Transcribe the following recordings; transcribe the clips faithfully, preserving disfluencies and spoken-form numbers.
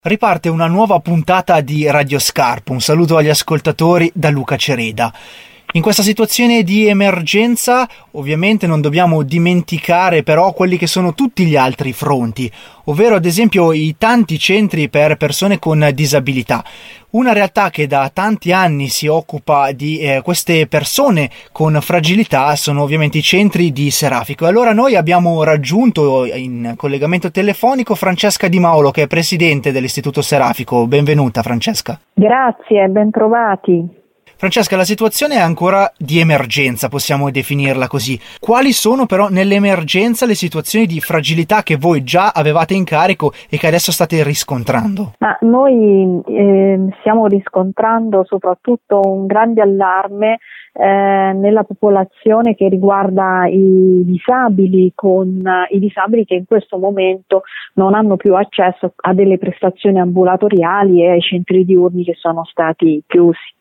Riparte una nuova puntata di Radio Scarpo. Un saluto agli ascoltatori da Luca Cereda. In questa situazione di emergenza ovviamente non dobbiamo dimenticare però quelli che sono tutti gli altri fronti, ovvero ad esempio i tanti centri per persone con disabilità. Una realtà che da tanti anni si occupa di eh, queste persone con fragilità sono ovviamente i centri di Serafico. Allora noi abbiamo raggiunto in collegamento telefonico Francesca Di Maolo, che è presidente dell'Istituto Serafico. Benvenuta Francesca. Grazie, ben trovati. Francesca, la situazione è ancora di emergenza, possiamo definirla così. Quali sono però nell'emergenza le situazioni di fragilità che voi già avevate in carico e che adesso state riscontrando? Ma noi eh, stiamo riscontrando soprattutto un grande allarme eh, nella popolazione che riguarda i disabili, con uh, i disabili che in questo momento non hanno più accesso a delle prestazioni ambulatoriali e ai centri diurni che sono stati chiusi.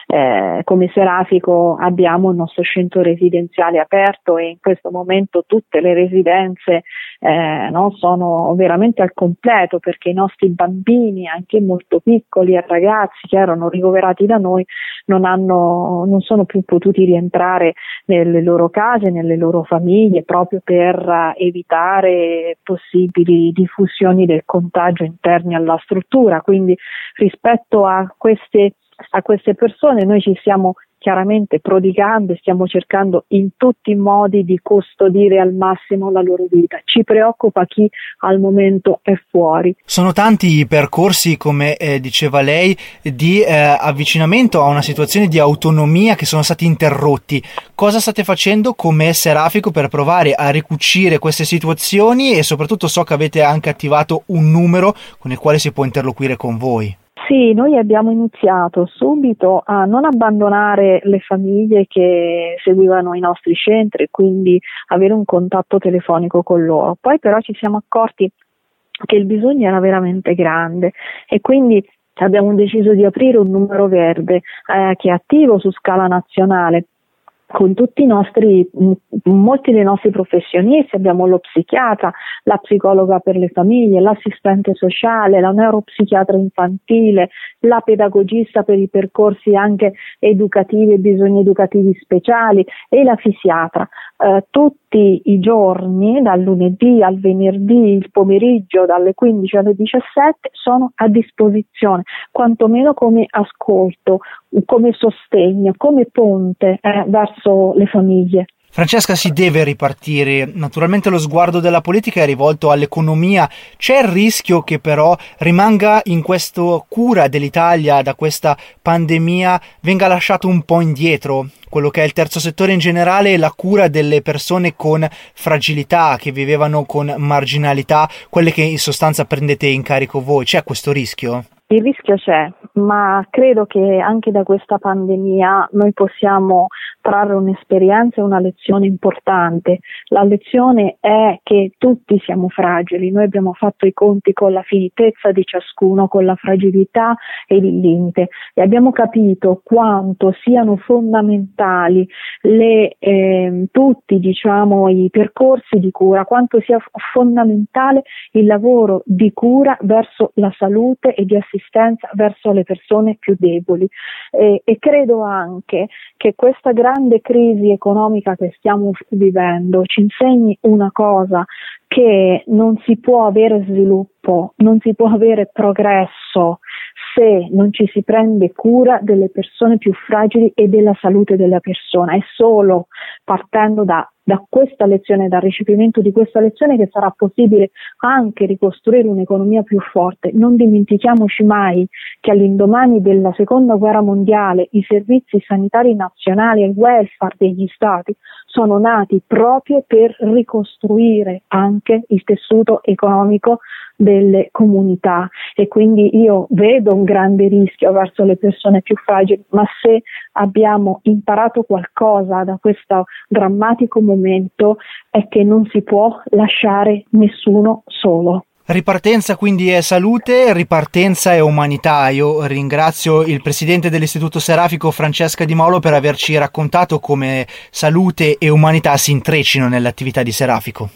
Eh, come Serafico abbiamo il nostro centro residenziale aperto e in questo momento tutte le residenze eh, no, sono veramente al completo, perché i nostri bambini, anche molto piccoli, e ragazzi che erano ricoverati da noi non, hanno, non sono più potuti rientrare nelle loro case, nelle loro famiglie, proprio per uh, evitare possibili diffusioni del contagio interni alla struttura. Quindi rispetto a queste A queste persone noi ci stiamo chiaramente prodigando e stiamo cercando in tutti i modi di custodire al massimo la loro vita. Ci preoccupa chi al momento è fuori. Sono tanti i percorsi, come eh, diceva lei, di eh, avvicinamento a una situazione di autonomia che sono stati interrotti. Cosa state facendo come Serafico per provare a ricucire queste situazioni, e soprattutto so che avete anche attivato un numero con il quale si può interloquire con voi? Sì, noi abbiamo iniziato subito a non abbandonare le famiglie che seguivano i nostri centri, quindi avere un contatto telefonico con loro. Poi però ci siamo accorti che il bisogno era veramente grande e quindi abbiamo deciso di aprire un numero verde eh, che è attivo su scala nazionale, con tutti i nostri, molti dei nostri professionisti. Abbiamo lo psichiatra, la psicologa per le famiglie, l'assistente sociale, la neuropsichiatra infantile, la pedagogista per i percorsi anche educativi e bisogni educativi speciali e la fisiatra. Eh, tutti i giorni, dal lunedì al venerdì, il pomeriggio dalle quindici alle diciassette, sono a disposizione, quantomeno come ascolto, come sostegno, come ponte eh, verso le famiglie. Francesca, si deve ripartire. Naturalmente lo sguardo della politica è rivolto all'economia. C'è il rischio che però rimanga in questa cura dell'Italia da questa pandemia, venga lasciato un po' indietro quello che è il terzo settore in generale e la cura delle persone con fragilità, che vivevano con marginalità, quelle che in sostanza prendete in carico voi. C'è questo rischio? Il rischio c'è, ma credo che anche da questa pandemia noi possiamo trarre un'esperienza e una lezione importante. La lezione è che tutti siamo fragili, noi abbiamo fatto i conti con la finitezza di ciascuno, con la fragilità e il limite, e abbiamo capito quanto siano fondamentali le, eh, tutti diciamo, i percorsi di cura, quanto sia fondamentale il lavoro di cura verso la salute e di assistenza verso le persone più deboli, e, e credo anche che questa grande crisi economica che stiamo vivendo ci insegni una cosa, che non si può avere sviluppo, non si può avere progresso se non ci si prende cura delle persone più fragili e della salute della persona. È solo partendo da da questa lezione, dal recepimento di questa lezione, che sarà possibile anche ricostruire un'economia più forte. Non dimentichiamoci mai che all'indomani della seconda guerra mondiale i servizi sanitari nazionali e il welfare degli stati sono nati proprio per ricostruire anche il tessuto economico delle comunità, e quindi io vedo un grande rischio verso le persone più fragili, ma se abbiamo imparato qualcosa da questo drammatico momento è che non si può lasciare nessuno solo. Ripartenza quindi è salute, ripartenza è umanità. Io ringrazio il presidente dell'Istituto Serafico Francesca Di Maolo per averci raccontato come salute e umanità si intreccino nell'attività di Serafico.